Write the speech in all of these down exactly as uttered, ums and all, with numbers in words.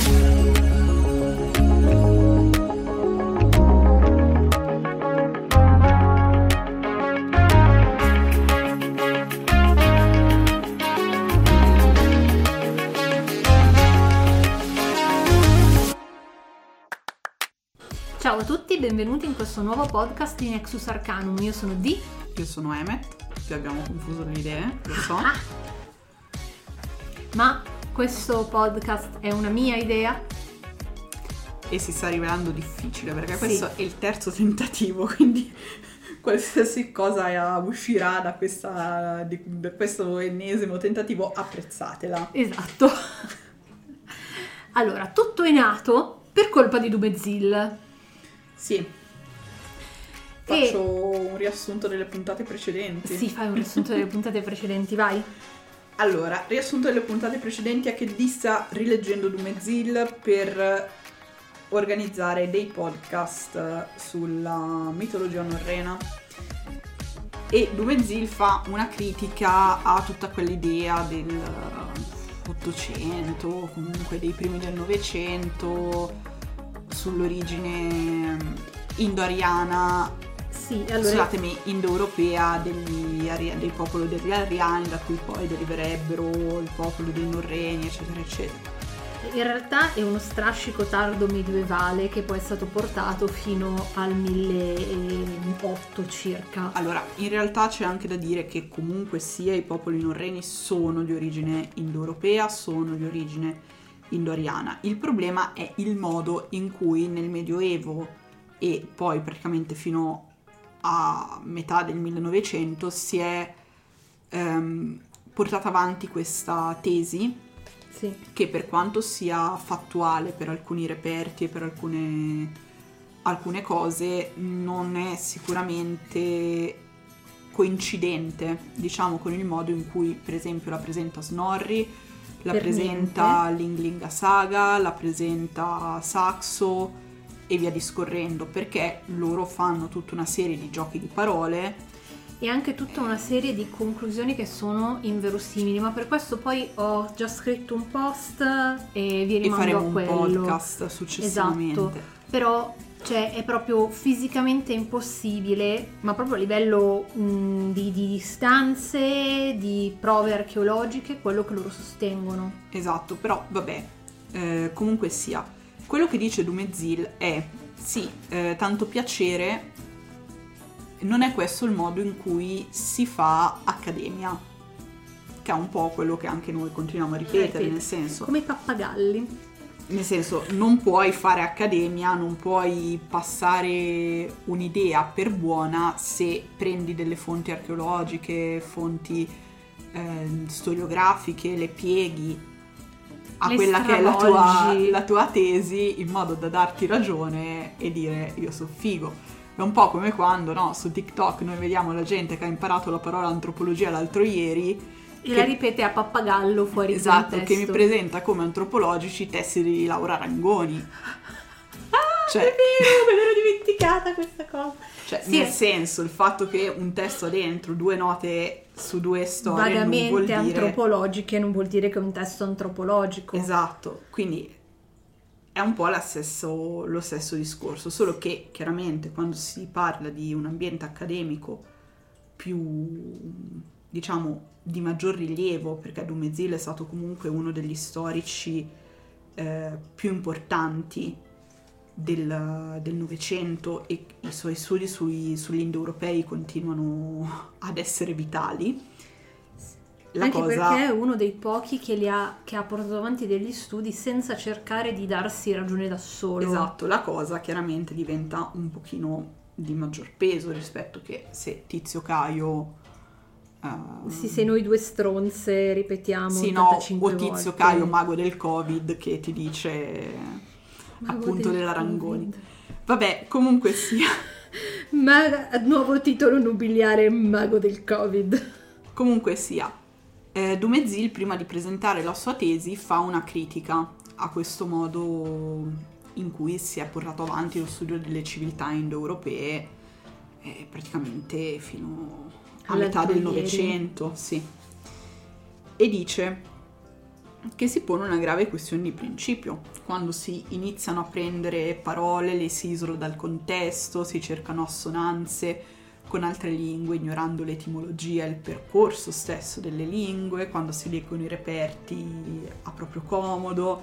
Ciao a tutti, benvenuti in questo nuovo podcast di Nexus Arcanum. Io sono Dee. Io sono Emmet. Ti abbiamo confuso le idee, lo so. Ah. Ma questo podcast è una mia idea. E si sta rivelando difficile perché Sì. questo è il terzo tentativo, quindi qualsiasi cosa uscirà da, questa, di, da questo ennesimo tentativo, apprezzatela. Esatto. Allora, tutto è nato per colpa di Dumezil. Sì. Faccio un riassunto delle puntate precedenti. Sì, fai un riassunto delle puntate precedenti, vai. Allora, riassunto delle puntate precedenti è che Dee sta rileggendo Dumezil per organizzare dei podcast sulla mitologia norrena, e Dumezil fa una critica a tutta quell'idea del ottocento, comunque dei primi del Novecento, sull'origine indo-ariana, Sì, allora, scusatemi, indoeuropea degli, del popolo degli ariani, da cui poi deriverebbero il popolo dei norreni, eccetera, eccetera. in realtà è uno strascico tardo medievale che poi è stato portato fino al milleotto circa. Allora, in realtà c'è anche da dire che comunque sia i popoli norreni sono di origine indoeuropea, sono di origine indoariana. Il problema è il modo in cui nel Medioevo e poi praticamente fino a metà del millenovecento si è ehm, portata avanti questa tesi, Sì. che per quanto sia fattuale per alcuni reperti e per alcune, alcune cose, non è sicuramente coincidente, diciamo, con il modo in cui per esempio la presenta Snorri, la Per presenta l'Ynglinga Saga, la presenta Saxo e via discorrendo, perché loro fanno tutta una serie di giochi di parole E anche tutta una serie di conclusioni che sono inverosimili, ma per questo poi ho già scritto un post e vi e rimando faremo a un quello. podcast successivamente. Esatto, però cioè, è proprio fisicamente impossibile, ma proprio a livello mh, di, di distanze, di prove archeologiche, quello che loro sostengono. Esatto, però vabbè, eh, comunque sia, quello che dice Dumezil è sì, eh, tanto piacere, non è questo il modo in cui si fa accademia, che è un po' quello che anche noi continuiamo a ripetere, Ripeti. nel senso, Come i pappagalli. nel senso, non puoi fare accademia, non puoi passare un'idea per buona se prendi delle fonti archeologiche, fonti eh, storiografiche, le pieghi a Le quella che è la tua, stravolgi. la tua tesi, in modo da darti ragione e dire io so figo. È un po' come quando, no, su TikTok noi vediamo la gente che ha imparato la parola antropologia l'altro ieri E la ripete a pappagallo fuori esatto, contesto. che mi presenta come antropologici i testi di Laura Rangoni. Ah, Cioè- è vero, me l'ero dimenticata questa cosa. Cioè, Sì, nel è- senso, il fatto che un testo ha dentro due note su due storie non vuol Vagamente dire... antropologiche non vuol dire che è un testo antropologico. Esatto, quindi è un po' la stesso- lo stesso discorso, solo che chiaramente quando si parla di un ambiente accademico più, diciamo, di maggior rilievo, perché Dumezil è stato comunque uno degli storici eh, più importanti del, del Novecento, e i suoi studi sui, sugli indoeuropei continuano ad essere vitali. La Anche cosa... perché è uno dei pochi che, li ha, che ha portato avanti degli studi senza cercare di darsi ragione da solo. Esatto, la cosa chiaramente diventa un pochino di maggior peso rispetto che se Tizio Caio... Uh, Sì, se noi due stronze ripetiamo sì, no, ottantacinque o Tizio volte. Caio, mago del Covid, che ti dice Mago appunto del della Rangoni. Covid. Vabbè, comunque sia... Ma nuovo titolo nobiliare, mago del Covid. Comunque sia... Eh, Dumezil, prima di presentare la sua tesi, fa una critica a questo modo in cui si è portato avanti lo studio delle civiltà indoeuropee eh, praticamente fino a All'altro metà del ieri. Novecento, sì. E dice: che si pone una grave questione di principio, quando si iniziano a prendere parole, le si isolano dal contesto, si cercano assonanze con altre lingue, ignorando l'etimologia e il percorso stesso delle lingue, quando si leggono i reperti a proprio comodo,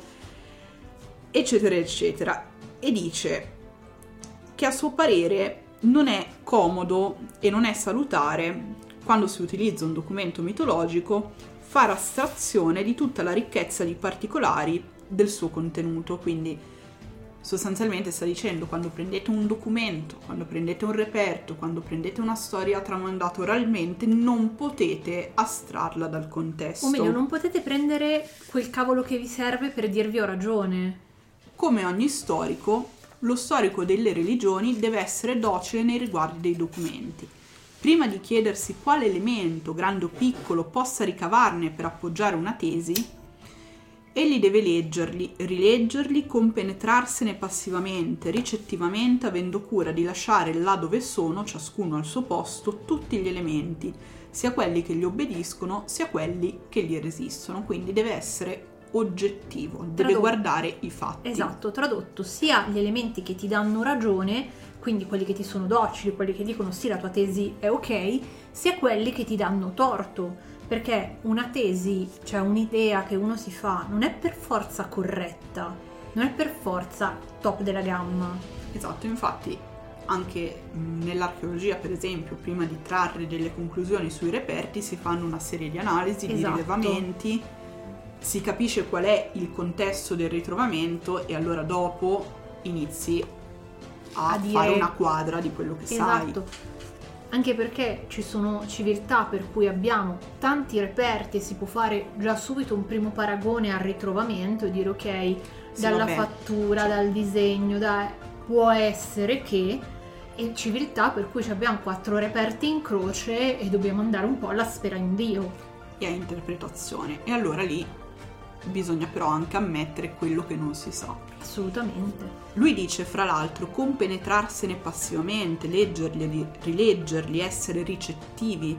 eccetera, eccetera. E dice che a suo parere non è comodo e non è salutare, quando si utilizza un documento mitologico, fare astrazione di tutta la ricchezza di particolari del suo contenuto. Quindi sostanzialmente sta dicendo, quando prendete un documento, quando prendete un reperto, quando prendete una storia tramandata oralmente, non potete astrarla dal contesto. O meglio, non potete prendere quel cavolo che vi serve per dirvi ho ragione. Come ogni storico, lo storico delle religioni deve essere docile nei riguardi dei documenti. Prima di chiedersi quale elemento, grande o piccolo, possa ricavarne per appoggiare una tesi, egli deve leggerli, rileggerli, compenetrarsene passivamente, ricettivamente, avendo cura di lasciare là dove sono, ciascuno al suo posto, tutti gli elementi, sia quelli che gli obbediscono, sia quelli che gli resistono. Quindi deve essere oggettivo, deve Tradotto. guardare i fatti. Esatto, tradotto, sia gli elementi che ti danno ragione, quindi quelli che ti sono docili, quelli che dicono sì, la tua tesi è ok, sia quelli che ti danno torto, perché una tesi, cioè un'idea che uno si fa, non è per forza corretta, non è per forza top della gamma. Esatto, infatti anche nell'archeologia, per esempio, prima di trarre delle conclusioni sui reperti si fanno una serie di analisi, Esatto. di rilevamenti, si capisce qual è il contesto del ritrovamento e allora dopo inizi a, A dire... fare una quadra di quello che esatto. sai. Anche perché ci sono civiltà per cui abbiamo tanti reperti e si può fare già subito un primo paragone al ritrovamento e dire ok, Sì, dalla vabbè. fattura, Cioè, dal disegno, da... può essere che, e civiltà per cui abbiamo quattro reperti in croce e dobbiamo andare un po' alla spera in Dio. e a interpretazione. E allora lì bisogna però anche ammettere quello che non si sa. Assolutamente. Lui dice, fra l'altro, compenetrarsene passivamente, leggerli, rileggerli, essere ricettivi.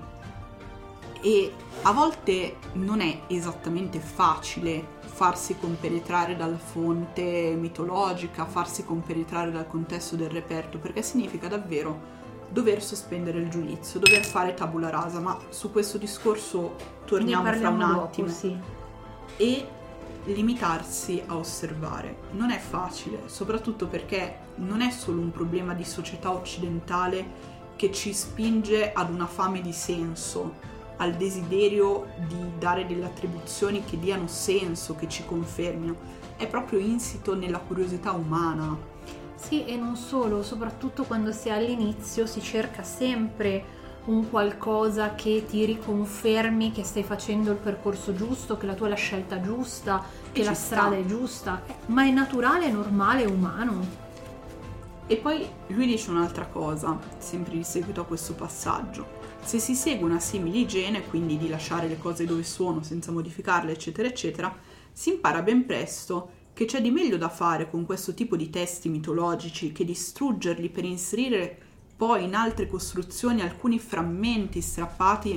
E a volte non è esattamente facile farsi compenetrare dalla fonte mitologica, farsi compenetrare dal contesto del reperto, perché significa davvero dover sospendere il giudizio, dover fare tabula rasa, ma su questo discorso torniamo fra un attimo. Dopo, sì. E limitarsi a osservare. Non è facile, soprattutto perché non è solo un problema di società occidentale che ci spinge ad una fame di senso, al desiderio di dare delle attribuzioni che diano senso, che ci confermino. È proprio insito nella curiosità umana. Sì, e non solo, soprattutto quando si è all'inizio si cerca sempre un qualcosa che ti riconfermi che stai facendo il percorso giusto, che la tua è la scelta giusta, che E la ci strada sta. è giusta, ma è naturale, è normale, è umano. E poi lui dice un'altra cosa, sempre di seguito a questo passaggio. Se si segue una simile igiene, quindi di lasciare le cose dove sono senza modificarle, eccetera, eccetera, si impara ben presto che c'è di meglio da fare con questo tipo di testi mitologici che distruggerli per inserire poi in altre costruzioni alcuni frammenti strappati.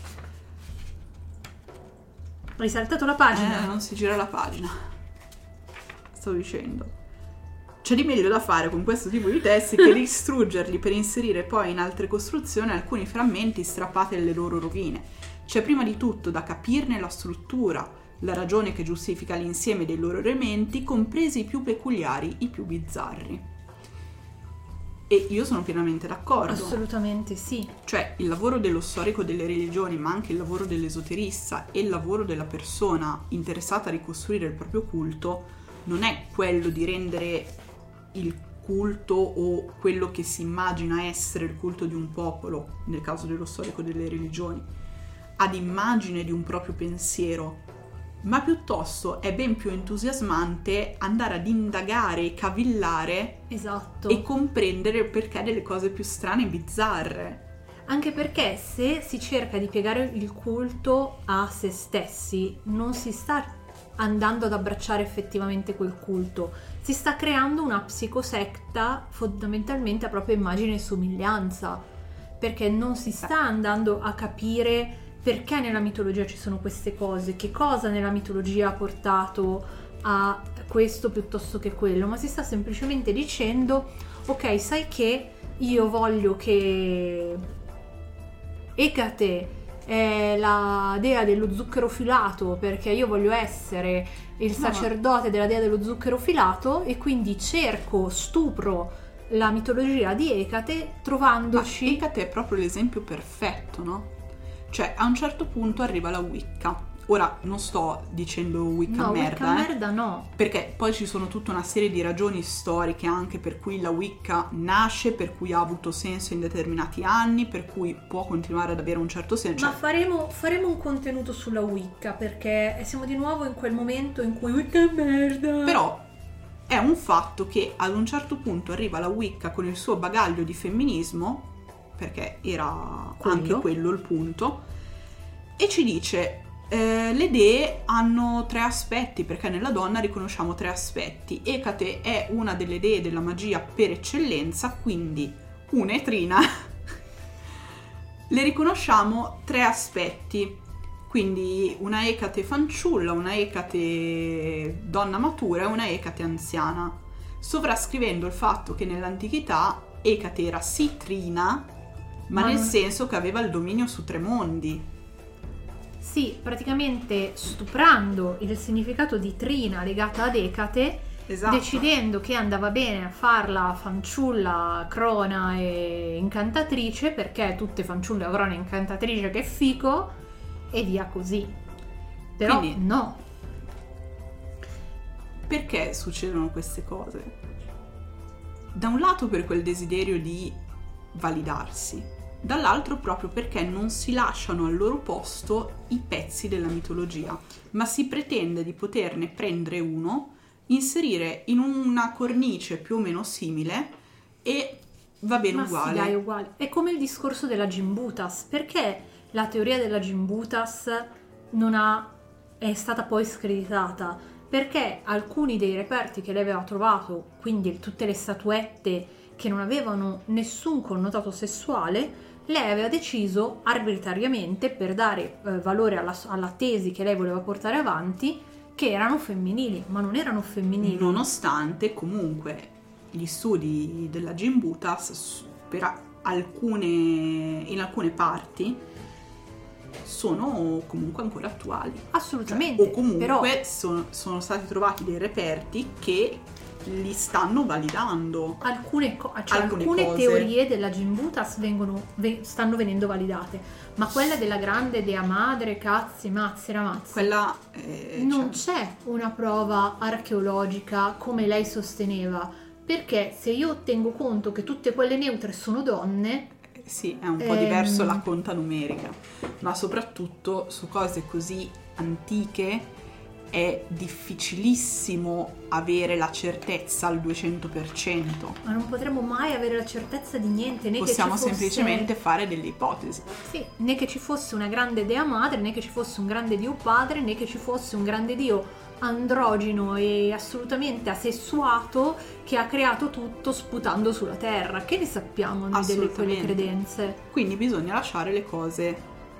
Hai saltato la pagina? Eh, non si gira la pagina. Stavo dicendo. C'è di meglio da fare con questo tipo di testi che distruggerli per inserire poi in altre costruzioni alcuni frammenti strappati alle loro rovine. C'è prima di tutto da capirne la struttura, la ragione che giustifica l'insieme dei loro elementi, compresi i più peculiari, i più bizzarri. E io sono pienamente d'accordo. Assolutamente sì. Cioè, il lavoro dello storico delle religioni, ma anche il lavoro dell'esoterista e il lavoro della persona interessata a ricostruire il proprio culto, non è quello di rendere il culto o quello che si immagina essere il culto di un popolo, nel caso dello storico delle religioni, ad immagine di un proprio pensiero, ma piuttosto è ben più entusiasmante andare ad indagare, cavillare Esatto. e comprendere il perché delle cose più strane e bizzarre. Anche perché se si cerca di piegare il culto a se stessi, non si sta andando ad abbracciare effettivamente quel culto, si sta creando una psicosecta fondamentalmente a propria immagine e somiglianza, perché non si sta andando a capire perché nella mitologia ci sono queste cose, che cosa nella mitologia ha portato a questo piuttosto che quello, ma si sta semplicemente dicendo ok, sai che io voglio che Ecate è la dea dello zucchero filato perché io voglio essere il sacerdote della dea dello zucchero filato, e quindi cerco, stupro la mitologia di Ecate trovandoci... Ma Ecate è proprio l'esempio perfetto, no? Cioè a un certo punto arriva la Wicca. Ora non sto dicendo Wicca no, merda, Wicca eh, merda no, perché poi ci sono tutta una serie di ragioni storiche anche per cui la Wicca nasce, per cui ha avuto senso in determinati anni, per cui può continuare ad avere un certo senso. ma cioè... faremo, faremo un contenuto sulla Wicca, perché siamo di nuovo in quel momento in cui Wicca è merda. Però è un fatto che ad un certo punto arriva la Wicca con il suo bagaglio di femminismo, perché era quello. anche quello il punto, e ci dice eh, le dee hanno tre aspetti, perché nella donna riconosciamo tre aspetti. Ecate è una delle dee della magia per eccellenza, quindi un'etrina. Le riconosciamo tre aspetti, quindi una Ecate fanciulla, una Ecate donna matura e una Ecate anziana, sovrascrivendo il fatto che nell'antichità Ecate era sì trina, ma, ma nel non... senso che aveva il dominio su tre mondi. Sì, praticamente stuprando il significato di trina legata ad Ecate, esatto. Decidendo che andava bene a farla fanciulla, crona e incantatrice, perché tutte fanciulle, crone e incantatrice, che fico, e via così. Però quindi, no. Perché succedono queste cose? Da un lato per quel desiderio di validarsi, dall'altro proprio perché non si lasciano al loro posto i pezzi della mitologia, ma si pretende di poterne prendere uno, inserire in una cornice più o meno simile e va bene ma uguale. Sì, dai, uguale. È come il discorso della Gimbutas. Perché la teoria della Gimbutas non ha, è stata poi screditata? Perché alcuni dei reperti che lei aveva trovato, quindi tutte le statuette che non avevano nessun connotato sessuale, lei aveva deciso arbitrariamente, per dare eh, valore alla, alla tesi che lei voleva portare avanti, che erano femminili, ma non erano femminili. Nonostante comunque gli studi della Gimbutas per alcune, in alcune parti sono comunque ancora attuali. Assolutamente. Cioè, o comunque però... sono, sono stati trovati dei reperti che li stanno validando. Alcune, co- cioè alcune, alcune cose. teorie della Gimbutas vengono, ve- stanno venendo validate, ma quella della grande dea madre, cazzi, mazzi, ramazzi, quella eh, non cioè... c'è una prova archeologica come lei sosteneva, perché se io tengo conto che tutte quelle neutre sono donne, sì, è un po' ehm... diverso la conta numerica, ma soprattutto su cose così antiche è difficilissimo avere la certezza al duecento per cento. Ma non potremo mai avere la certezza di niente, né possiamo che ci fosse... semplicemente fare delle ipotesi. Sì, né che ci fosse una grande dea madre, né che ci fosse un grande dio padre, né che ci fosse un grande dio androgino e assolutamente asessuato che ha creato tutto sputando sulla terra. Che ne sappiamo noi delle quelle credenze? Quindi bisogna lasciare le cose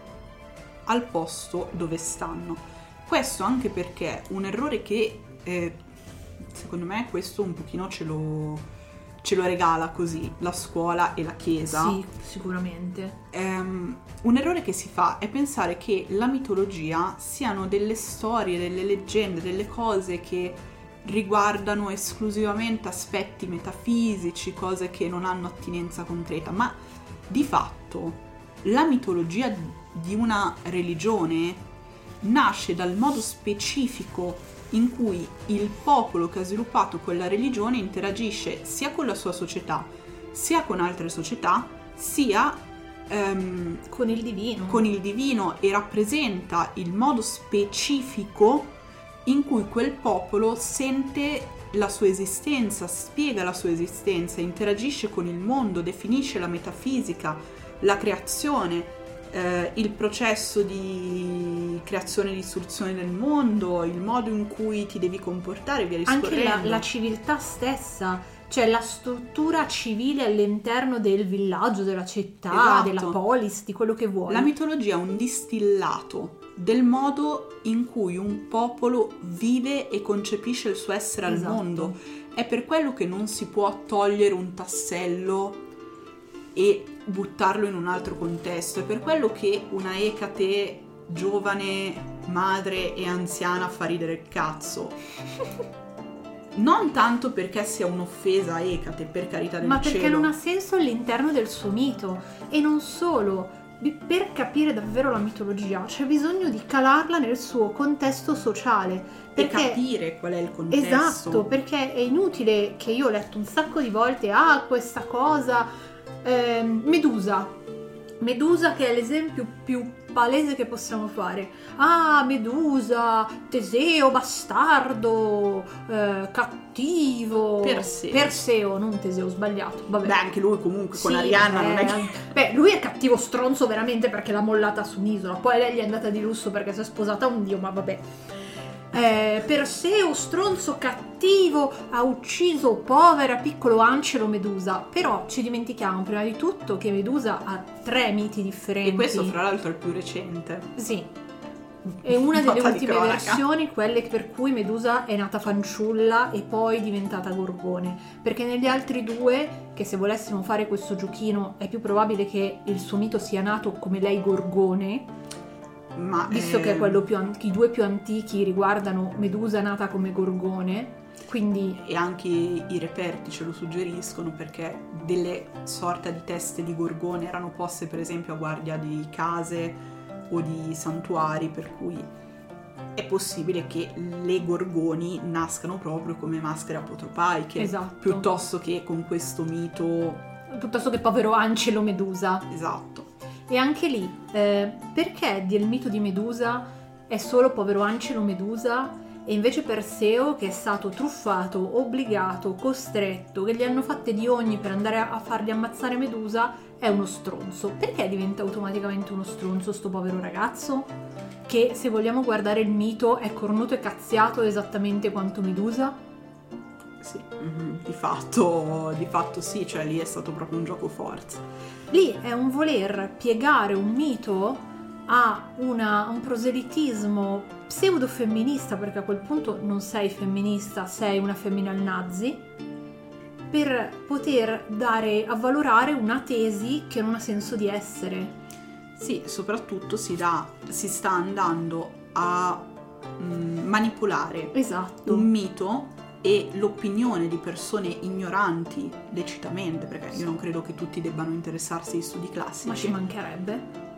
al posto dove stanno. Questo anche perché un errore che eh, secondo me questo un pochino ce lo, ce lo regala così la scuola e la chiesa. Sì, sicuramente. Um, un errore che si fa è pensare che la mitologia siano delle storie, delle leggende, delle cose che riguardano esclusivamente aspetti metafisici, cose che non hanno attinenza concreta, ma di fatto la mitologia di una religione nasce dal modo specifico in cui il popolo che ha sviluppato quella religione interagisce sia con la sua società, sia con altre società, sia um, con il divino. con il divino e rappresenta il modo specifico in cui quel popolo sente la sua esistenza, spiega la sua esistenza, interagisce con il mondo, definisce la metafisica, la creazione, Eh, il processo di creazione e distruzione del mondo, il modo in cui ti devi comportare, via discorrendo. Anche la, la civiltà stessa, C'è la struttura civile all'interno del villaggio, della città, Esatto. della polis, di quello che vuoi. La mitologia è un distillato del modo in cui un popolo vive e concepisce il suo essere al Esatto. mondo. È per quello che non si può togliere un tassello e buttarlo in un altro contesto. È per quello che una Ecate giovane, madre e anziana fa ridere il cazzo. Non tanto perché sia un'offesa a Ecate, per carità del Ma perché cielo. non ha senso all'interno del suo mito. E non solo. Per capire davvero la mitologia c'è bisogno di calarla nel suo contesto sociale. E Perché capire qual è il contesto. esatto, perché è inutile che io ho letto un sacco di volte ah questa cosa ehm, Medusa Medusa che è l'esempio più palese che possiamo fare. Ah, Medusa, Teseo bastardo, eh, cattivo. Perseo. Perseo, non Teseo, sbagliato. Vabbè. Beh, anche lui comunque con Sì, Arianna non è eh, che... Beh, lui è cattivo stronzo veramente perché l'ha mollata su un'isola. Poi lei gli è andata di lusso perché si è sposata a un dio, ma vabbè. Eh, Perseo, stronzo cattivo, ha ucciso povera piccolo Ancelo Medusa. Però ci dimentichiamo prima di tutto che Medusa ha tre miti differenti. E questo fra l'altro è il più recente. Sì. È una delle Nota di ultime cronaca. versioni, quelle per cui Medusa è nata fanciulla e poi diventata gorgone. Perché negli altri due, che se volessimo fare questo giochino è più probabile che il suo mito sia nato come lei gorgone, Ma visto eh, che è quello più an- i due più antichi riguardano Medusa nata come gorgone, quindi E anche i reperti ce lo suggeriscono, perché delle sorta di teste di gorgone erano poste per esempio a guardia di case o di santuari, per cui è possibile che le gorgoni nascano proprio come maschere apotropaiche, Esatto. piuttosto che con questo mito. piuttosto che povero Ancelo Medusa. Esatto. E anche lì, eh, perché del mito di Medusa è solo povero Ancelo Medusa e invece Perseo, che è stato truffato, obbligato, costretto, che gli hanno fatte di ogni per andare a fargli ammazzare Medusa, è uno stronzo? Perché diventa automaticamente uno stronzo sto povero ragazzo? Che, se vogliamo guardare il mito, è cornuto e cazziato esattamente quanto Medusa? Sì, mhm, di fatto, di fatto sì, cioè lì è stato proprio un gioco forza. Lì è un voler piegare un mito a una, un proselitismo pseudo femminista, perché a quel punto non sei femminista, sei una feminal nazi, per poter dare, avvalorare una tesi che non ha senso di essere. Sì, soprattutto si, dà, si sta andando a mm, manipolare Esatto. un mito e l'opinione di persone ignoranti lecitamente, perché io non credo che tutti debbano interessarsi di studi classici, Ma ci mancherebbe.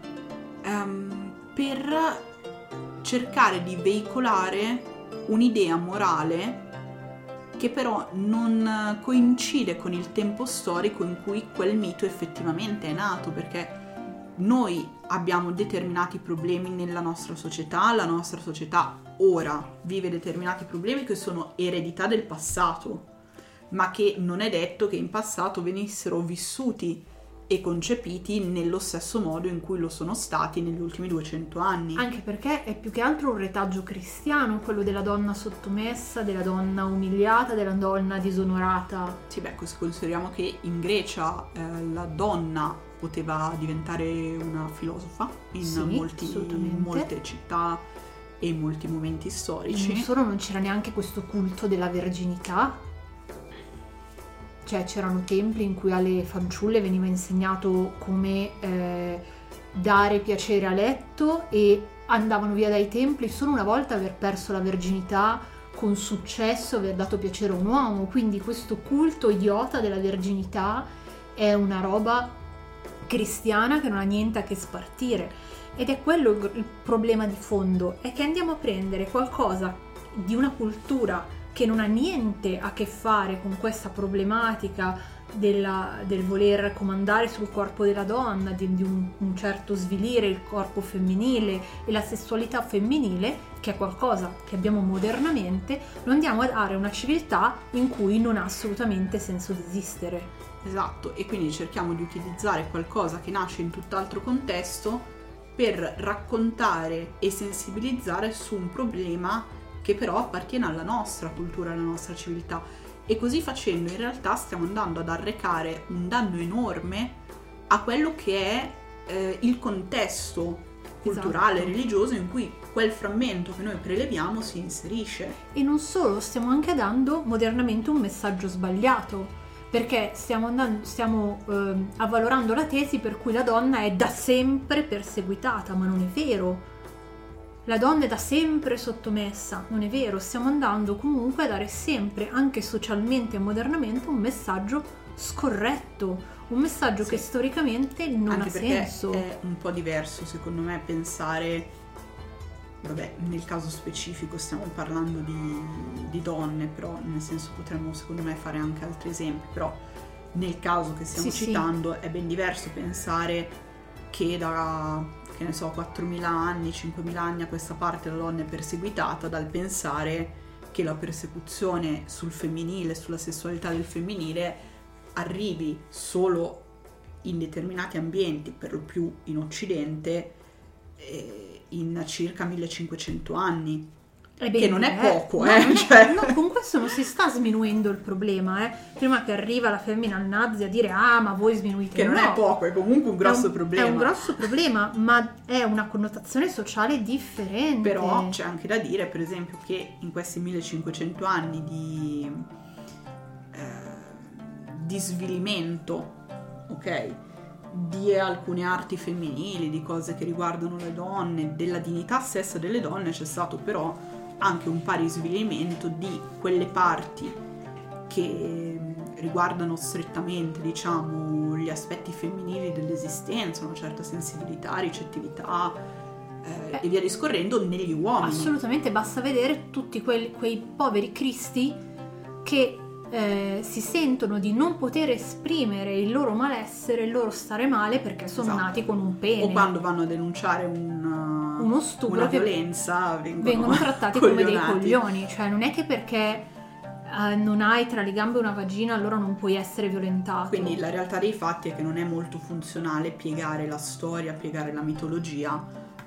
ehm, per cercare di veicolare un'idea morale che però non coincide con il tempo storico in cui quel mito effettivamente è nato, perché noi abbiamo determinati problemi nella nostra società, la nostra società ora vive determinati problemi che sono eredità del passato, ma che non è detto che in passato venissero vissuti e concepiti nello stesso modo in cui lo sono stati negli ultimi duecento anni. Anche perché è più che altro un retaggio cristiano, quello della donna sottomessa, della donna umiliata, della donna disonorata. Sì, beh, se consideriamo che in Grecia eh, la donna poteva diventare una filosofa in Sì, molti, assolutamente. molte città e in molti momenti E storici. non solo, non c'era neanche questo culto della verginità. Cioè c'erano templi in cui alle fanciulle veniva insegnato come eh, dare piacere a letto e andavano via dai templi solo una volta aver perso la verginità con successo, aver dato piacere a un uomo. Quindi questo culto idiota della verginità è una roba cristiana che non ha niente a che spartire. Ed è quello il problema di fondo, è che andiamo a prendere qualcosa di una cultura che non ha niente a che fare con questa problematica della, del voler comandare sul corpo della donna, di, di un, un certo svilire il corpo femminile e la sessualità femminile, che è qualcosa che abbiamo modernamente, lo andiamo a dare a una civiltà in cui non ha assolutamente senso di esistere. Esatto, e quindi cerchiamo di utilizzare qualcosa che nasce in tutt'altro contesto per raccontare e sensibilizzare su un problema che però appartiene alla nostra cultura, alla nostra civiltà. e così facendo in realtà stiamo andando ad arrecare un danno enorme a quello che è eh, il contesto culturale, Esatto. religioso in cui quel frammento che noi preleviamo si inserisce. E non solo, stiamo anche dando modernamente un messaggio sbagliato, perché stiamo, andando, stiamo ehm, avvalorando la tesi per cui la donna è da sempre perseguitata, ma non è vero. La donna è da sempre sottomessa, non è vero, stiamo andando comunque a dare sempre, anche socialmente e modernamente, un messaggio scorretto, un messaggio Sì. che storicamente non Anche ha perché senso. è un po' diverso secondo me pensare, vabbè, nel caso specifico stiamo parlando di, di donne, però nel senso potremmo secondo me fare anche altri esempi, però nel caso che stiamo Sì, sì. citando è ben diverso pensare che da, che ne so, quattromila anni, cinquemila anni a questa parte la donna è perseguitata, dal pensare che la persecuzione sul femminile, sulla sessualità del femminile arrivi solo in determinati ambienti, per lo più in Occidente, eh, in circa millecinquecento anni, È ben che non è diverso. poco, No, eh, non è- cioè. no, con questo non si sta sminuendo il problema, eh. Prima che arriva la femmina nazi a dire ah ma voi sminuite, che non no. è poco, è comunque un grosso È un- problema. È un grosso problema, ma è una connotazione sociale differente. Però c'è anche da dire, per esempio, che in questi millecinquecento anni di, eh, di svilimento, ok, di alcune arti femminili, di cose che riguardano le donne, della dignità stessa delle donne, c'è stato però anche un pari svilimento di quelle parti che riguardano strettamente, diciamo, gli aspetti femminili dell'esistenza, una certa sensibilità, ricettività eh, Beh, e via discorrendo negli uomini. Assolutamente, basta vedere tutti quei, quei poveri cristi che eh, si sentono di non poter esprimere il loro malessere, il loro stare male perché sono Esatto. nati con un pene. O quando vanno a denunciare un, Uno stupro una che violenza vengono, vengono trattati come dei coglionati. coglioni, cioè non è che perché eh, non hai tra le gambe una vagina allora non puoi essere violentato. Quindi la realtà dei fatti è che non è molto funzionale piegare la storia, piegare la mitologia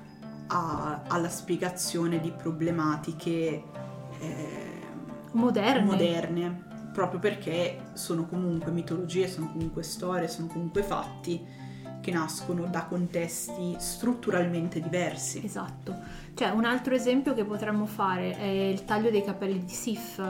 a- alla spiegazione di problematiche eh, moderne. moderne, proprio perché sono comunque mitologie, sono comunque storie, sono comunque fatti che nascono da contesti strutturalmente diversi. Esatto. Cioè un altro esempio che potremmo fare è il taglio dei capelli di Sif,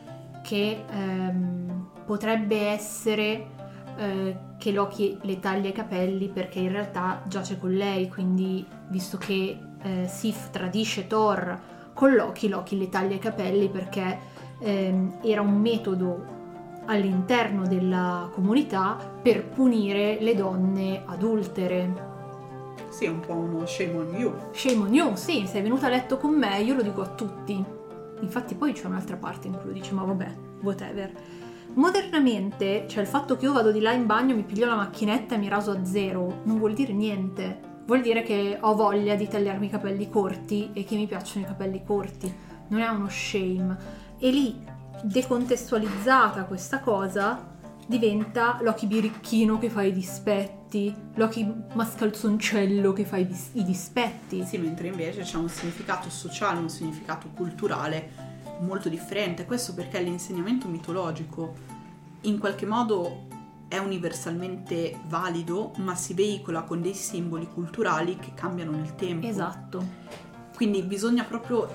che ehm, potrebbe essere eh, che Loki le taglia i capelli perché in realtà giace con lei, quindi visto che eh, Sif tradisce Thor con Loki, Loki le taglia i capelli perché ehm, era un metodo all'interno della comunità per punire le donne adultere. Sì, è un po' uno shame on you. Shame on you, sì, sei venuta a letto con me, io lo dico a tutti. Infatti poi c'è un'altra parte in cui lo dice, ma vabbè, whatever. Modernamente, cioè il fatto che io vado di là in bagno, mi piglio la macchinetta e mi raso a zero, non vuol dire niente. Vuol dire che ho voglia di tagliarmi i capelli corti e che mi piacciono i capelli corti. Non è uno shame. E lì, decontestualizzata questa cosa, diventa Loki birichino che fa i dispetti, Loki mascalzoncello che fa i, dis- i dispetti. Sì, mentre invece c'è un significato sociale, un significato culturale molto differente. Questo perché l'insegnamento mitologico in qualche modo è universalmente valido, ma si veicola con dei simboli culturali che cambiano nel tempo. Esatto. Quindi bisogna proprio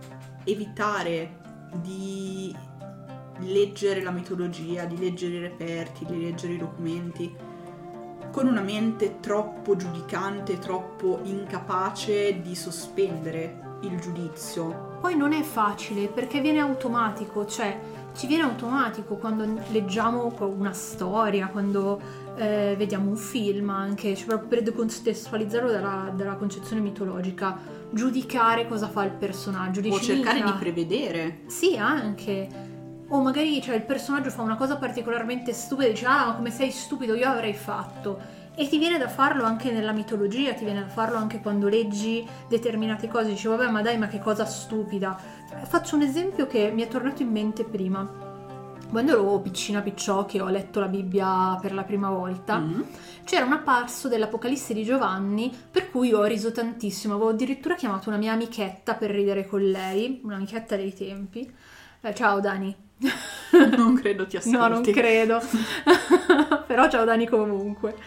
evitare di leggere la mitologia, di leggere i reperti, di leggere i documenti con una mente troppo giudicante, troppo incapace di sospendere il giudizio. Poi non è facile perché viene automatico, cioè ci viene automatico quando leggiamo una storia, quando eh, vediamo un film anche, cioè proprio per decontestualizzarlo dalla, dalla concezione mitologica, giudicare cosa fa il personaggio. Dici, O cercare "Mica". di prevedere. Sì, anche. O magari cioè, il personaggio fa una cosa particolarmente stupida e dici ah ma come sei stupido, io avrei fatto. E ti viene da farlo anche nella mitologia, ti viene da farlo anche quando leggi determinate cose, dici vabbè ma dai ma che cosa stupida. Faccio un esempio che mi è tornato in mente prima. Quando ero piccina picciò che ho letto la Bibbia per la prima volta, Mm. c'era una passo dell'Apocalisse di Giovanni per cui ho riso tantissimo, avevo addirittura chiamato una mia amichetta per ridere con lei, un'amichetta dei tempi. Eh, ciao Dani. Non credo ti ascolti. No, non credo. Però ciao Dani comunque.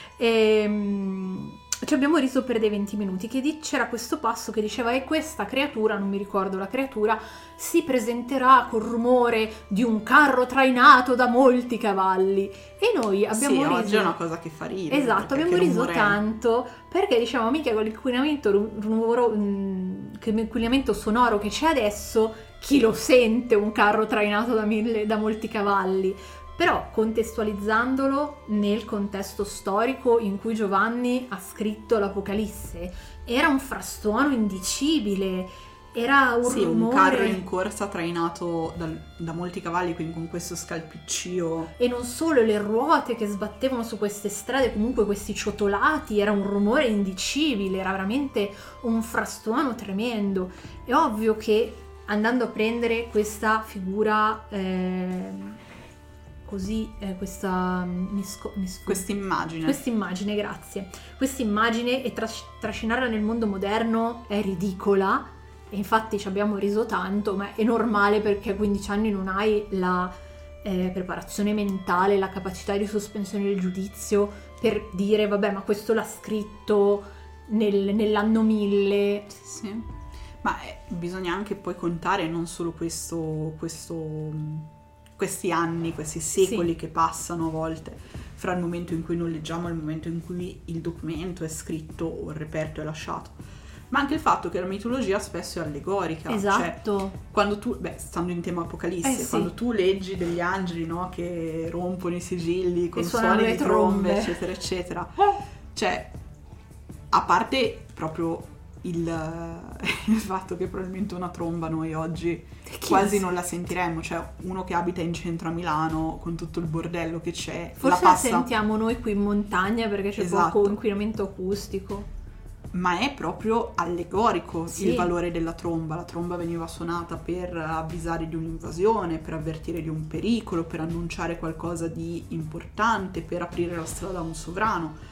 E, ci abbiamo riso per dei venti minuti, che di, c'era questo passo che diceva e questa creatura, non mi ricordo la creatura, si presenterà col rumore di un carro trainato da molti cavalli. E noi abbiamo sì, riso. Oggi è una cosa che fa ridere. Esatto, abbiamo riso tanto perché diciamo mica con l'inquinamento rumoro, che l'inquinamento sonoro che c'è adesso, chi lo sente un carro trainato da, mille, da molti cavalli? Però contestualizzandolo nel contesto storico in cui Giovanni ha scritto l'Apocalisse, era un frastuono indicibile, era un sì, rumore... un carro in corsa trainato da, da molti cavalli, quindi con questo scalpiccio. E non solo, le ruote che sbattevano su queste strade, comunque questi ciotolati, era un rumore indicibile, era veramente un frastuono tremendo. È ovvio che andando a prendere questa figura... Eh, così eh, questa misco, misco, quest'immagine quest'immagine grazie quest'immagine e tras- trascinarla nel mondo moderno è ridicola, e infatti ci abbiamo riso tanto, ma è normale perché a quindici anni non hai la eh, preparazione mentale, la capacità di sospensione del giudizio per dire vabbè ma questo l'ha scritto nel, nell'anno mille. Sì, ma eh, bisogna anche poi contare non solo questo questo questi anni, questi secoli sì. che passano a volte fra il momento in cui noi leggiamo e il momento in cui il documento è scritto o il reperto è lasciato, ma anche il fatto che la mitologia spesso è allegorica. Esatto. Cioè, quando tu, beh, stando in tema Apocalisse, eh, sì. quando tu leggi degli angeli, no, che rompono i sigilli con suoni di trombe, trombe, eccetera, eccetera, cioè, a parte proprio Il, il fatto che probabilmente una tromba noi oggi quasi non la sentiremmo, cioè uno che abita in centro a Milano con tutto il bordello che c'è, forse la, passa... la sentiamo noi qui in montagna perché c'è esatto. poco inquinamento acustico, ma è proprio allegorico sì. il valore della tromba. La tromba veniva suonata per avvisare di un'invasione, per avvertire di un pericolo, per annunciare qualcosa di importante, per aprire la strada a un sovrano.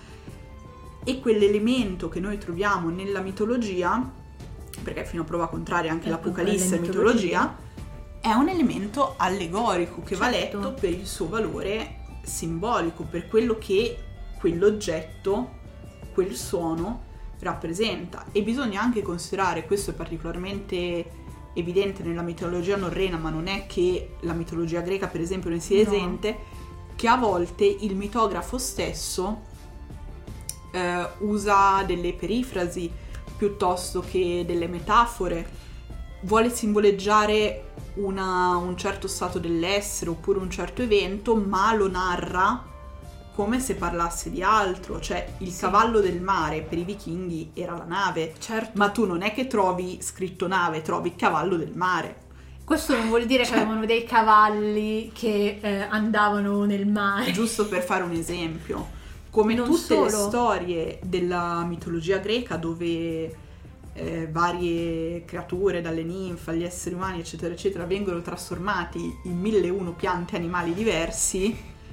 E quell'elemento che noi troviamo nella mitologia, perché fino a prova contraria anche ecco, l'Apocalisse è mitologia, è un elemento allegorico che certo. va letto per il suo valore simbolico, per quello che quell'oggetto, quel suono rappresenta. E bisogna anche considerare, questo è particolarmente evidente nella mitologia norrena, ma non è che la mitologia greca per esempio ne sia esente, no. che a volte il mitografo stesso Uh, usa delle perifrasi piuttosto che delle metafore, vuole simboleggiare una, un certo stato dell'essere oppure un certo evento, ma lo narra come se parlasse di altro. Cioè il sì. cavallo del mare per i vichinghi era la nave, certo. ma tu non è che trovi scritto nave, trovi cavallo del mare. Questo non vuol dire cioè, che avevano dei cavalli che eh, andavano nel mare, giusto per fare un esempio. Come non tutte solo. Le storie della mitologia greca dove eh, varie creature, dalle ninfe agli esseri umani eccetera eccetera, vengono trasformati in mille e uno piante e animali diversi,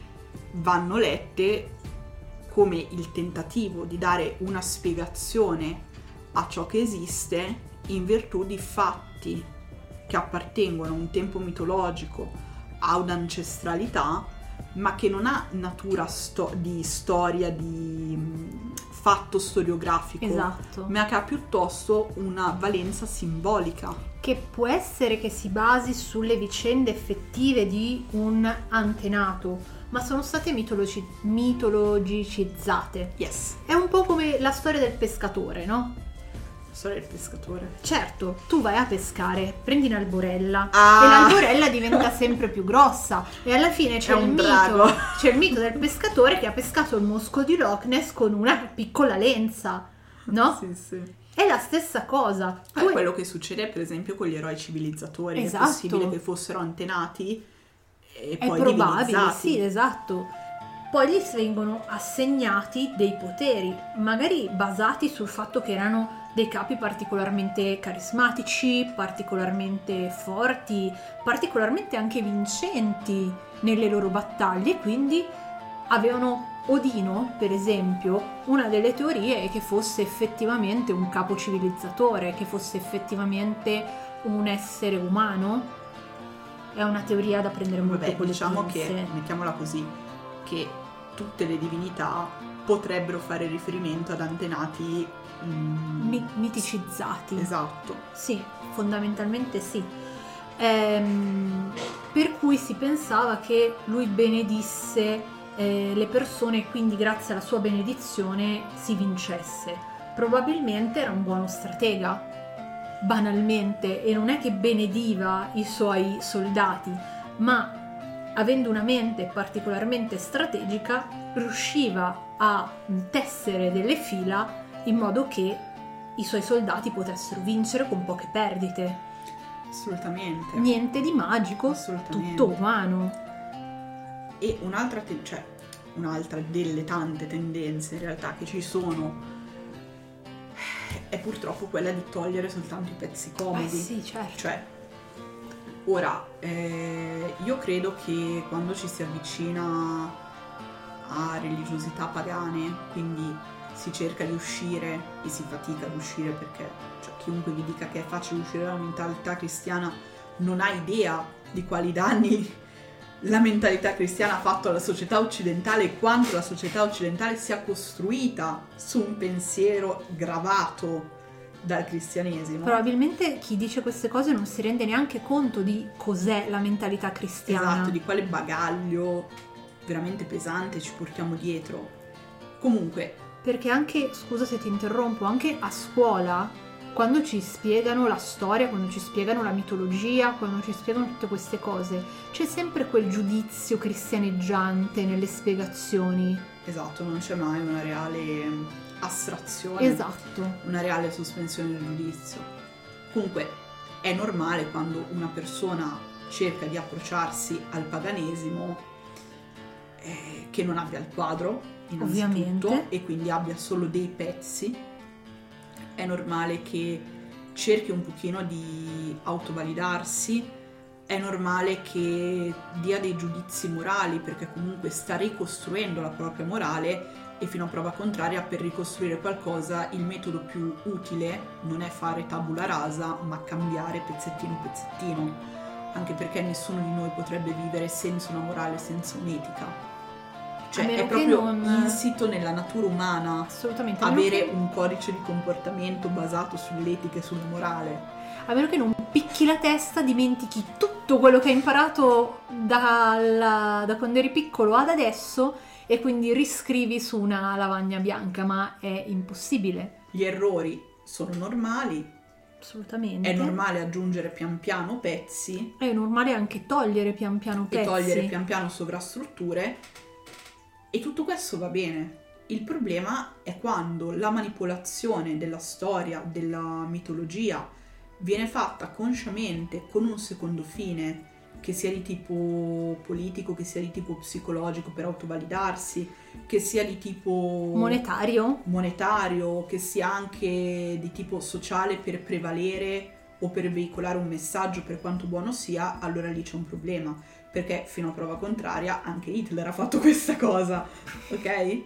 vanno lette come il tentativo di dare una spiegazione a ciò che esiste in virtù di fatti che appartengono a un tempo mitologico, a un'ancestralità, ma che non ha natura sto- di storia, di mh, fatto storiografico, esatto. ma che ha piuttosto una valenza simbolica. Che può essere che si basi sulle vicende effettive di un antenato, ma sono state mitologi- mitologicizzate. Yes. È un po' come la storia del pescatore, no? Storia del pescatore. Certo, tu vai a pescare, prendi un'alborella ah. e l'alborella diventa sempre più grossa e alla fine c'è il, mito, c'è il mito del pescatore che ha pescato il mosco di Loch Ness con una piccola lenza, no? Sì, sì. È la stessa cosa. È tu... quello che succede per esempio con gli eroi civilizzatori. Esatto. È possibile che fossero antenati e è poi probabile, divinizzati. Sì, esatto. Poi gli vengono assegnati dei poteri, magari basati sul fatto che erano dei capi particolarmente carismatici, particolarmente forti, particolarmente anche vincenti nelle loro battaglie, quindi avevano Odino, per esempio, una delle teorie è che fosse effettivamente un capo civilizzatore, che fosse effettivamente un essere umano, è una teoria da prendere molto Vabbè, con le diciamo pinze. che, mettiamola così, che tutte le divinità potrebbero fare riferimento ad antenati mm, Mi- miticizzati. Esatto. Sì, fondamentalmente sì. Ehm, per cui si pensava che lui benedisse eh, le persone e quindi grazie alla sua benedizione si vincesse. Probabilmente era un buono stratega, banalmente, e non è che benediva i suoi soldati, ma avendo una mente particolarmente strategica riusciva a tessere delle fila in modo che i suoi soldati potessero vincere con poche perdite. Assolutamente. Niente di magico, Assolutamente. tutto umano. E un'altra, te- cioè, un'altra delle tante tendenze in realtà che ci sono è purtroppo quella di togliere soltanto i pezzi Eh comodi. sì, certo. Cioè, ora, eh, io credo che quando ci si avvicina a religiosità pagane, quindi si cerca di uscire e si fatica ad uscire perché cioè, chiunque vi dica che è facile uscire dalla mentalità cristiana non ha idea di quali danni la mentalità cristiana ha fatto alla società occidentale e quanto la società occidentale sia costruita su un pensiero gravato dal cristianesimo. Probabilmente chi dice queste cose non si rende neanche conto di cos'è la mentalità cristiana. Esatto, di quale bagaglio veramente pesante ci portiamo dietro. Comunque, Perché anche, scusa se ti interrompo, anche a scuola, quando ci spiegano la storia, quando ci spiegano la mitologia, quando ci spiegano tutte queste cose, c'è sempre quel giudizio cristianeggiante nelle spiegazioni. esatto, non c'è mai una reale astrazione, Esatto. una reale sospensione del giudizio. Comunque, è normale quando una persona cerca di approcciarsi al paganesimo eh, che non abbia il quadro, innanzitutto, Ovviamente. e quindi abbia solo dei pezzi. È normale che cerchi un pochino di autovalidarsi, è normale che dia dei giudizi morali perché comunque sta ricostruendo la propria morale e fino a prova contraria per ricostruire qualcosa il metodo più utile non è fare tabula rasa ma cambiare pezzettino pezzettino, anche perché nessuno di noi potrebbe vivere senza una morale, senza un'etica. A Cioè meno è che proprio non- insito nella natura umana Assolutamente. A meno avere che- un codice di comportamento basato sull'etica e sulla morale. A meno che non picchi la testa, dimentichi tutto quello che hai imparato dalla- da quando eri piccolo ad adesso e quindi riscrivi su una lavagna bianca, ma è impossibile. Gli errori sono normali, Assolutamente. è normale aggiungere pian piano pezzi È normale anche togliere pian piano e pezzi. togliere pian piano sovrastrutture e tutto questo va bene. Il problema è quando la manipolazione della storia, della mitologia viene fatta consciamente con un secondo fine, che sia di tipo politico, che sia di tipo psicologico per autovalidarsi, che sia di tipo Monetario? monetario, che sia anche di tipo sociale per prevalere o per veicolare un messaggio per quanto buono sia, allora lì c'è un problema, perché fino a prova contraria anche Hitler ha fatto questa cosa, ok?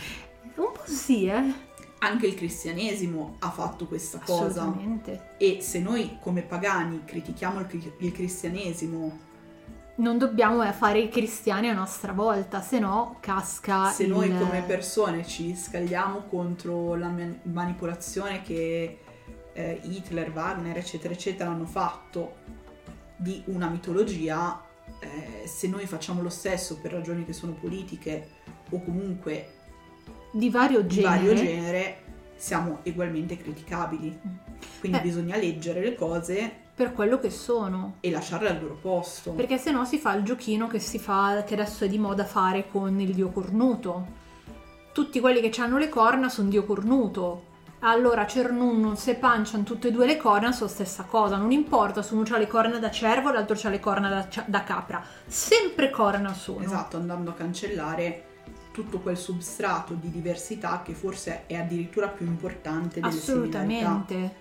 Un po' sì, eh. Anche il cristianesimo ha fatto questa cosa. Assolutamente. E se noi come pagani critichiamo il, cri- il cristianesimo, Non dobbiamo eh, fare i cristiani a nostra volta, se no casca se il... noi come persone ci scagliamo contro la man- manipolazione che eh, Hitler, Wagner, eccetera, eccetera hanno fatto di una mitologia, eh, se noi facciamo lo stesso per ragioni che sono politiche o comunque di vario di genere. vario genere, siamo ugualmente criticabili. Quindi Eh. bisogna leggere le cose Per quello che sono. e lasciarle al loro posto. Perché se no si fa il giochino che si fa, che adesso è di moda fare con il dio cornuto. Tutti quelli che hanno le corna sono dio cornuto. Allora Cernunno, se panciano tutte e due le corna sono stessa cosa. Non importa se uno ha le corna da cervo e l'altro ha le corna da, da capra. Sempre corna sono. Esatto, andando a cancellare tutto quel substrato di diversità che forse è addirittura più importante delle similarità. Assolutamente.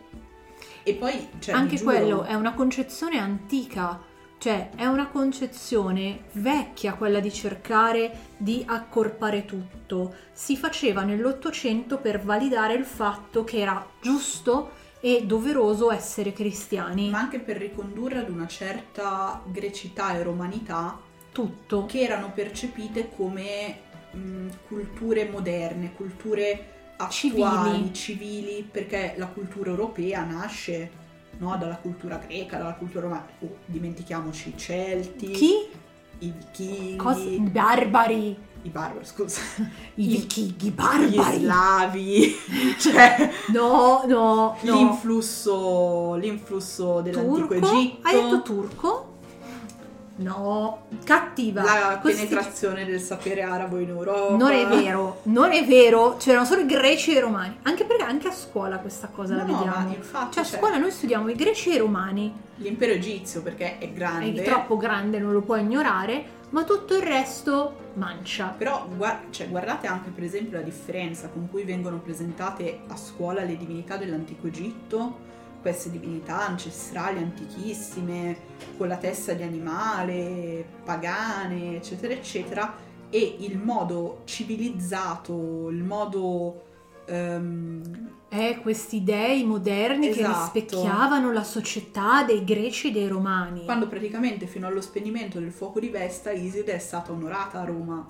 E poi, cioè, Anche vi giuro, quello è una concezione antica, cioè è una concezione vecchia quella di cercare di accorpare tutto. Si faceva nell'Ottocento per validare il fatto che era giusto è doveroso essere cristiani. Ma anche per ricondurre ad una certa grecità e romanità, tutto. Che erano percepite come mh, culture moderne, culture attuali, civili. civili, perché la cultura europea nasce, no, dalla cultura greca, dalla cultura romana. Oh, dimentichiamoci i Celti. Chi? I vichinghi. Cos- I barbari. I barbari, scusa. I vichinghi barbari. Gli slavi. Cioè, no, no, no. L'influsso, l'influsso dell'antico Turco? Egitto. Hai detto turco? No, cattiva. La Questi... penetrazione del sapere arabo in Europa. Non è vero, non è vero. C'erano solo i greci e i romani. Anche perché anche a scuola questa cosa no, la no, vediamo. Ma infatti, cioè a cioè, scuola noi studiamo i greci e i romani. L'impero egizio perché è grande. È troppo grande, non lo puoi ignorare. Ma tutto il resto mancia. Però guard- cioè, guardate anche per esempio la differenza con cui vengono presentate a scuola le divinità dell'antico Egitto. Queste divinità ancestrali, antichissime, con la testa di animale, pagane, eccetera, eccetera, e il modo civilizzato, il modo... Um... Eh, questi dei moderni, esatto, che rispecchiavano la società dei greci e dei romani. Quando praticamente fino allo spegnimento del fuoco di Vesta Iside è stata onorata a Roma.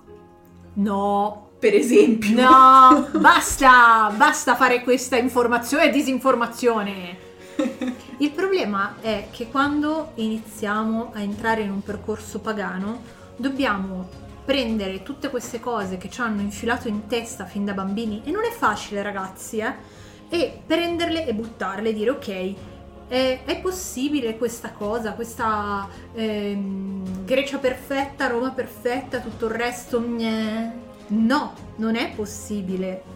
No, per esempio. No, basta, basta fare questa informazione e disinformazione. Il problema è che quando iniziamo a entrare in un percorso pagano dobbiamo prendere tutte queste cose che ci hanno infilato in testa fin da bambini, e non è facile, ragazzi, eh, e prenderle e buttarle e dire ok, è, è possibile questa cosa, questa ehm, Grecia perfetta, Roma perfetta, tutto il resto gne. No, non è possibile.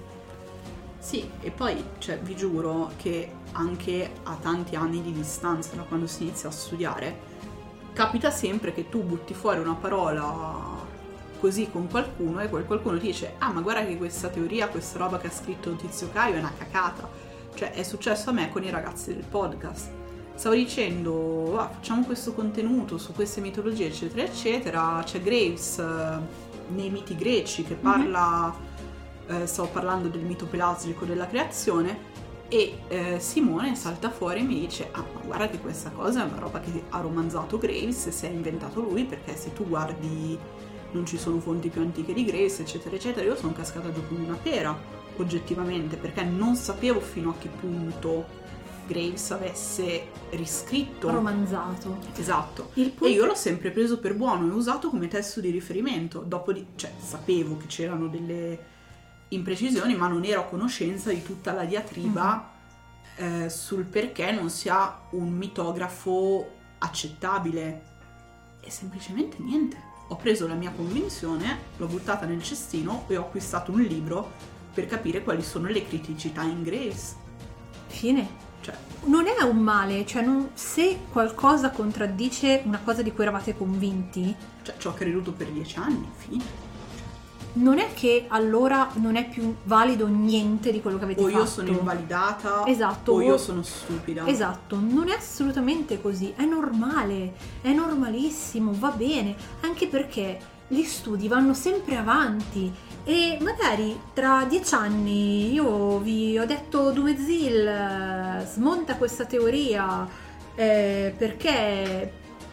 Sì, e poi cioè, vi giuro che anche a tanti anni di distanza da quando si inizia a studiare capita sempre che tu butti fuori una parola così con qualcuno e quel qualcuno ti dice ah ma guarda che questa teoria, questa roba che ha scritto Tizio Caio è una cacata. Cioè è successo a me con i ragazzi del podcast. Stavo dicendo ah, facciamo questo contenuto su queste mitologie eccetera eccetera, c'è Graves eh, nei miti greci che parla mm-hmm. eh, stavo parlando del mito pelasgico della creazione e eh, Simone salta fuori e mi dice ah ma guarda che questa cosa è una roba che ha romanzato Graves e si è inventato lui, perché se tu guardi non ci sono fonti più antiche di Graves eccetera eccetera. Io sono cascata giù come una pera oggettivamente, perché non sapevo fino a che punto Graves avesse riscritto, romanzato, esatto, il punto... e io l'ho sempre preso per buono e usato come testo di riferimento. Dopo di... cioè sapevo che c'erano delle imprecisioni, ma non ero a conoscenza di tutta la diatriba mm-hmm. eh, sul perché non sia un mitografo accettabile. E semplicemente niente. Ho preso la mia convinzione, l'ho buttata nel cestino e ho acquistato un libro per capire quali sono le criticità in Graves. Fine. Cioè. Non è un male, cioè non, se qualcosa contraddice una cosa di cui eravate convinti, cioè ci ho creduto per dieci anni, fine. Non è che allora non è più valido niente di quello che avete o fatto. O io sono invalidata, esatto, o io sono stupida. Esatto, non è assolutamente così, è normale, è normalissimo, va bene, anche perché gli studi vanno sempre avanti e magari tra dieci anni io vi ho detto Dumezil smonta questa teoria eh, perché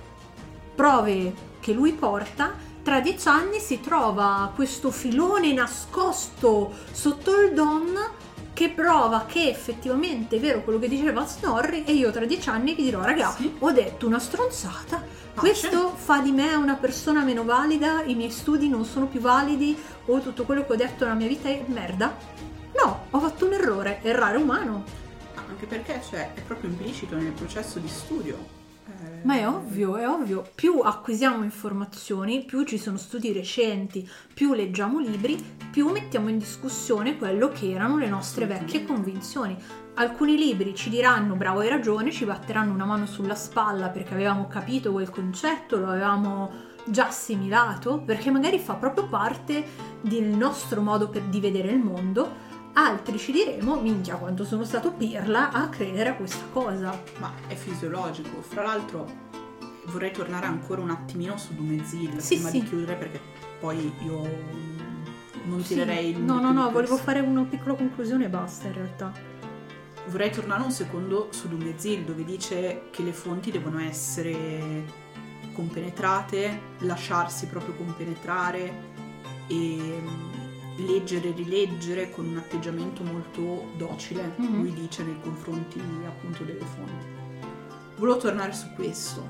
prove che lui porta. Tra dieci anni si trova questo filone nascosto sotto il Don che prova che effettivamente è vero quello che diceva Snorri, e io tra dieci anni vi dirò raga, sì. ho detto una stronzata, ah, questo c'è. fa di me una persona meno valida, i miei studi non sono più validi, o tutto quello che ho detto nella mia vita è merda. No, ho fatto un errore, errare umano. Anche perché cioè, è proprio implicito nel processo di studio. Ma è ovvio, è ovvio, più acquisiamo informazioni, più ci sono studi recenti, più leggiamo libri, più mettiamo in discussione quello che erano le nostre vecchie convinzioni. Alcuni libri ci diranno bravo, hai ragione, ci batteranno una mano sulla spalla perché avevamo capito quel concetto, lo avevamo già assimilato, perché magari fa proprio parte del nostro modo per, di vedere il mondo. Altri ci diremo, minchia quanto sono stato pirla a credere a questa cosa. Ma è fisiologico. Fra l'altro vorrei tornare ancora un attimino su Dumezil sì, prima sì. di chiudere, perché poi io non sì. tirerei il no no no volevo fare una piccola conclusione e basta in realtà. vorrei tornare un secondo su Dumézil, dove dice che le fonti devono essere compenetrate, lasciarsi proprio compenetrare e leggere e rileggere con un atteggiamento molto docile, mm-hmm. lui dice, nei confronti appunto delle fonti. Volevo tornare su questo.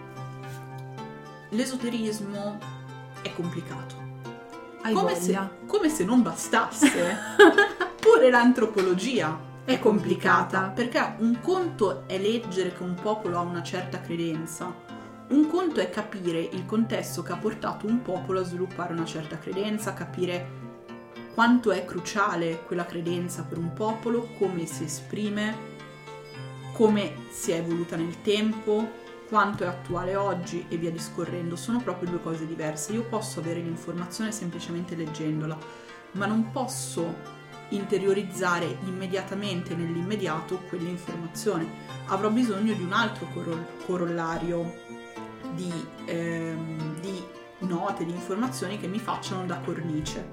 L'esoterismo è complicato. Hai come, se, come se non bastasse. Pure l'antropologia è, è complicata, complicata, perché un conto è leggere che un popolo ha una certa credenza, un conto è capire il contesto che ha portato un popolo a sviluppare una certa credenza, capire quanto è cruciale quella credenza per un popolo, come si esprime, come si è evoluta nel tempo, quanto è attuale oggi e via discorrendo. Sono proprio due cose diverse. Io posso avere l'informazione semplicemente leggendola, ma non posso interiorizzare immediatamente nell'immediato quell'informazione. Avrò bisogno di un altro corollario di, ehm, di note, di informazioni che mi facciano da cornice.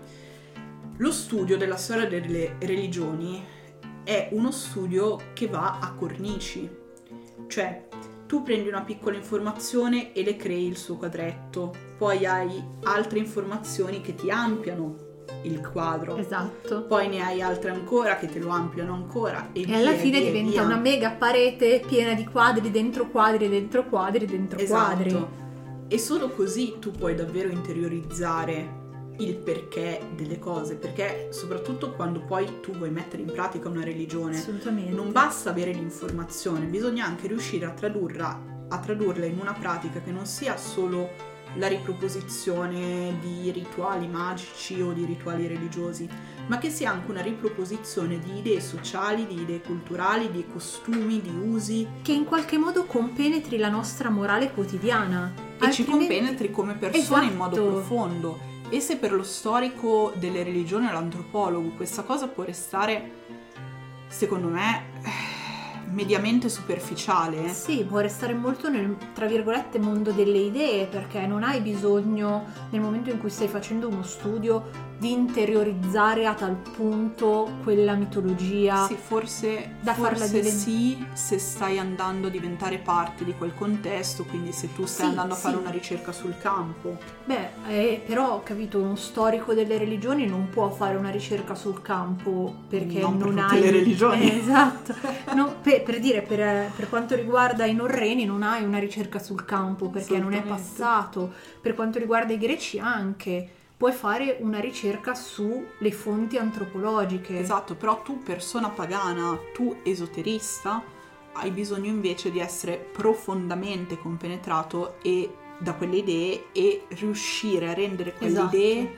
Lo studio della storia delle religioni è uno studio che va a cornici, cioè tu prendi una piccola informazione e le crei il suo quadretto, poi hai altre informazioni che ti ampliano il quadro, esatto, poi ne hai altre ancora che te lo ampliano ancora e, e via, alla fine via, diventa via. una mega parete piena di quadri dentro quadri dentro quadri dentro esatto. quadri, e solo così tu puoi davvero interiorizzare il perché delle cose, perché soprattutto quando poi tu vuoi mettere in pratica una religione, assolutamente, non basta avere l'informazione, bisogna anche riuscire a tradurla, a tradurla in una pratica che non sia solo la riproposizione di rituali magici o di rituali religiosi, ma che sia anche una riproposizione di idee sociali, di idee culturali, di costumi, di usi, che in qualche modo compenetri la nostra morale quotidiana e altrimenti... ci compenetri come persone, esatto, in modo profondo. E se per lo storico delle religioni o l'antropologo questa cosa può restare, secondo me, mediamente superficiale. Sì, può restare molto nel, tra virgolette, mondo delle idee, perché non hai bisogno, nel momento in cui stai facendo uno studio, di interiorizzare a tal punto quella mitologia. Sì, forse, da forse farla divent- sì, se stai andando a diventare parte di quel contesto, quindi se tu stai sì, andando a sì. fare una ricerca sul campo. Beh, eh, però ho capito, uno storico delle religioni non può fare una ricerca sul campo perché non, non per hai... le religioni. Eh, esatto. No, per, per dire, per, per quanto riguarda i norreni non hai una ricerca sul campo perché non è passato. Per quanto riguarda i greci anche. Puoi fare una ricerca sulle fonti antropologiche. Esatto, però tu persona pagana, tu esoterista, hai bisogno invece di essere profondamente compenetrato e da quelle idee e riuscire a rendere quelle esatto. idee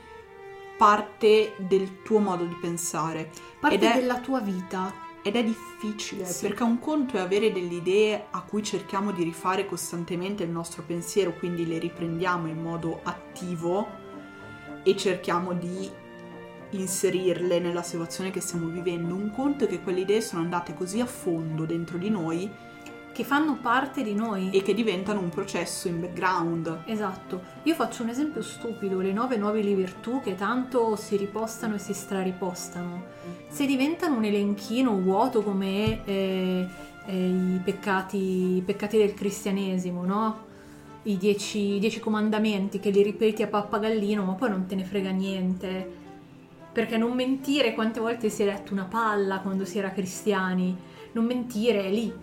parte del tuo modo di pensare. Parte ed è, della tua vita. Ed è difficile, sì. perché un conto è avere delle idee a cui cerchiamo di rifare costantemente il nostro pensiero, quindi le riprendiamo in modo attivo e cerchiamo di inserirle nella situazione che stiamo vivendo. Un conto è che quelle idee sono andate così a fondo dentro di noi che fanno parte di noi e che diventano un processo in background. Esatto. Io faccio un esempio stupido: le nove nobili virtù che tanto si ripostano e si straripostano, se diventano un elenchino vuoto come eh, eh, i peccati i peccati del cristianesimo, no? I dieci, dieci comandamenti che li ripeti a pappagallino, ma poi non te ne frega niente, perché non mentire, quante volte si è letto una palla quando si era cristiani, non mentire è lì.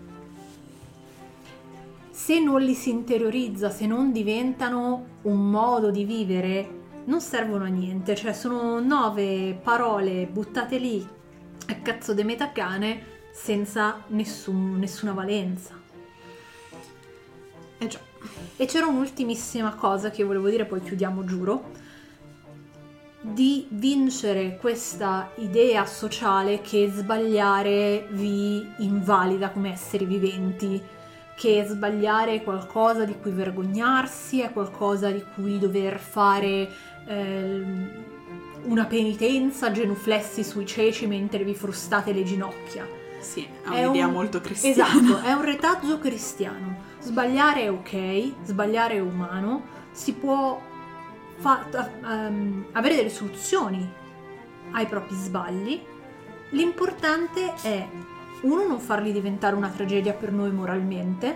Se non li si interiorizza, se non diventano un modo di vivere, non servono a niente, cioè sono nove parole buttate lì a cazzo de metacane senza nessun, nessuna valenza. Eh già. E c'era un'ultimissima cosa che volevo dire, poi chiudiamo, giuro, di vincere questa idea sociale che sbagliare vi invalida come esseri viventi, che sbagliare è qualcosa di cui vergognarsi, è qualcosa di cui dover fare eh, una penitenza, genuflessi sui ceci mentre vi frustate le ginocchia. Sì, è un'idea un... molto cristiana. Esatto, è un retaggio cristiano. Sbagliare è ok, sbagliare è umano, si può fa- um, avere delle soluzioni ai propri sbagli. L'importante è uno, non farli diventare una tragedia per noi moralmente,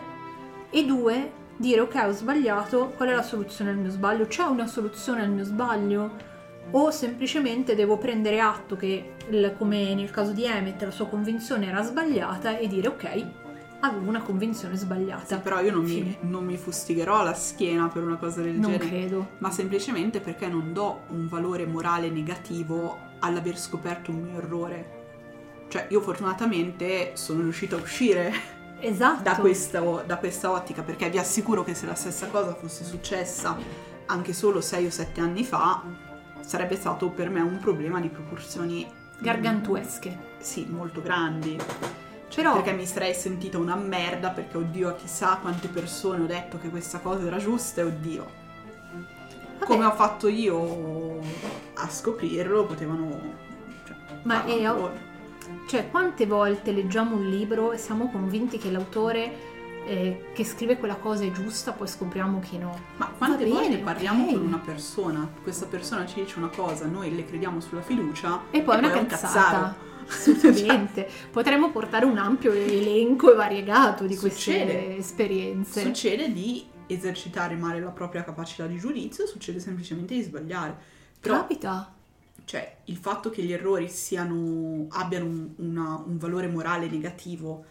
e due, dire ok, ho sbagliato, qual è la soluzione al mio sbaglio? C'è una soluzione al mio sbaglio? O semplicemente devo prendere atto che, il, come nel caso di Emmett, la sua convinzione era sbagliata e dire ok, avevo una convinzione sbagliata. Sì, però io non mi, Fine. non mi fustigherò la schiena per una cosa del Non genere. credo. Ma semplicemente perché non do un valore morale negativo all'aver scoperto un mio errore. Cioè, io fortunatamente sono riuscita a uscire Esatto. da questa, da questa ottica, perché vi assicuro che se la stessa cosa fosse successa anche solo sei o sette anni fa, sarebbe stato per me un problema di proporzioni gargantuesche. mm, sì, molto grandi. Però Perché mi sarei sentita una merda, perché oddio, chissà quante persone ho detto che questa cosa era giusta e oddio. vabbè, Come ho fatto io a scoprirlo, potevano... Cioè, Ma farlo è- loro. cioè, quante volte leggiamo un libro e siamo convinti che l'autore eh, che scrive quella cosa è giusta, poi scopriamo che no. Ma quante Va volte bene, parliamo ok. con una persona, questa persona ci dice una cosa, noi le crediamo sulla fiducia E poi una è un cazzata. cazzaro. Assolutamente. Potremmo portare un ampio elenco e variegato di queste Succede. esperienze. Succede di esercitare male la propria capacità di giudizio, succede semplicemente di sbagliare. Però, Capita. cioè, il fatto che gli errori siano, abbiano un, una- un valore morale negativo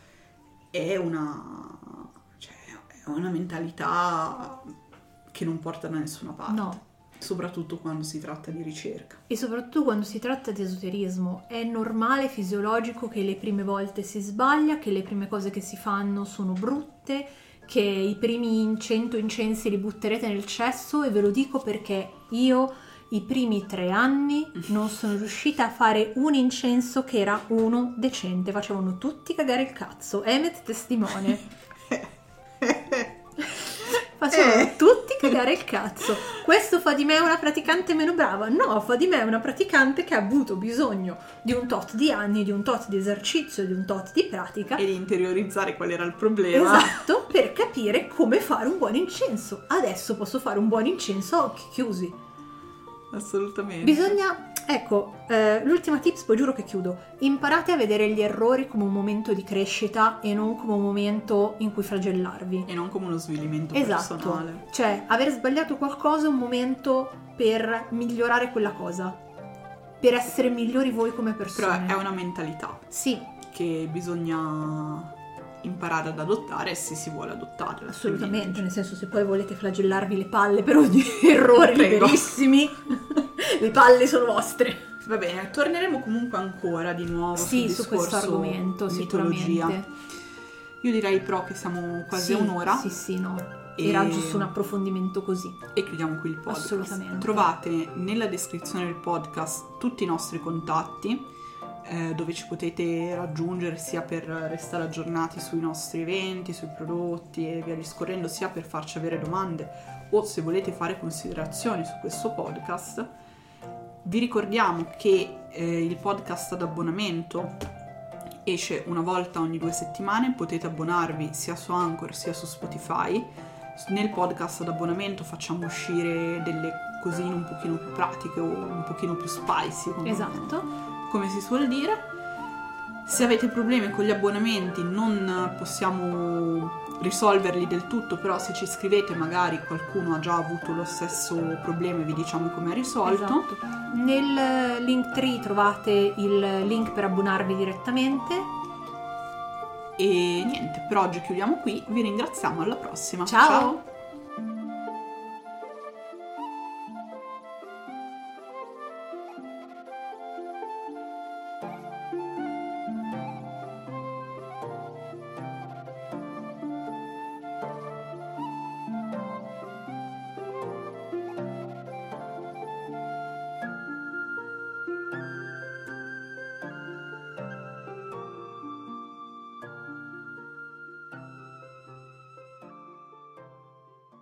è una, cioè, è una mentalità che non porta da nessuna parte. No. Soprattutto quando si tratta di ricerca. E soprattutto quando si tratta di esoterismo, è normale, fisiologico che le prime volte si sbaglia, che le prime cose che si fanno sono brutte, che i primi cento incensi li butterete nel cesso, e ve lo dico perché io i primi tre anni non sono riuscita a fare un incenso che era uno decente, facevano tutti cagare il cazzo, Emmet testimone. Facevano Eh. tutti cagare il cazzo. Questo fa di me una praticante meno brava? No, fa di me una praticante che ha avuto bisogno di un tot di anni, di un tot di esercizio, di un tot di pratica. E di interiorizzare qual era il problema. Esatto, per capire come fare un buon incenso. Adesso posso fare un buon incenso a occhi chiusi. Assolutamente. Bisogna, ecco, eh, l'ultima tips, poi giuro che chiudo. Imparate a vedere gli errori come un momento di crescita e non come un momento in cui flagellarvi. E non come uno svilimento Esatto, personale. cioè aver sbagliato qualcosa è un momento per migliorare quella cosa, per essere migliori voi come persone. Però è una mentalità Sì, che bisogna imparare ad adottare se si vuole adottare. assolutamente, nel senso, se poi volete flagellarvi le palle per ogni errore, Prego. liberissimi, le palle sono vostre. Va bene, torneremo comunque ancora di nuovo Sì, sul su questo discorso argomento, mitologia. sicuramente. Io direi però che siamo quasi Sì, un'ora Sì, sì, no. E- Era giusto un approfondimento così. e chiudiamo qui il podcast. Assolutamente. Trovate nella descrizione del podcast tutti i nostri contatti, eh, dove ci potete raggiungere sia per restare aggiornati sui nostri eventi, sui prodotti e via discorrendo, sia per farci avere domande o se volete fare considerazioni su questo podcast. Vi ricordiamo che eh, il podcast ad abbonamento esce una volta ogni due settimane, potete abbonarvi sia su Anchor sia su Spotify. Nel podcast ad abbonamento facciamo uscire delle cosine un pochino più pratiche o un pochino più spicy, come, Esatto. come si suol dire. Se avete problemi con gli abbonamenti non possiamo risolverli del tutto, però se ci scrivete magari qualcuno ha già avuto lo stesso problema e vi diciamo come è risolto. Esatto. Nel Linktree trovate il link per abbonarvi direttamente. E niente, per oggi chiudiamo qui, vi ringraziamo, alla prossima. Ciao.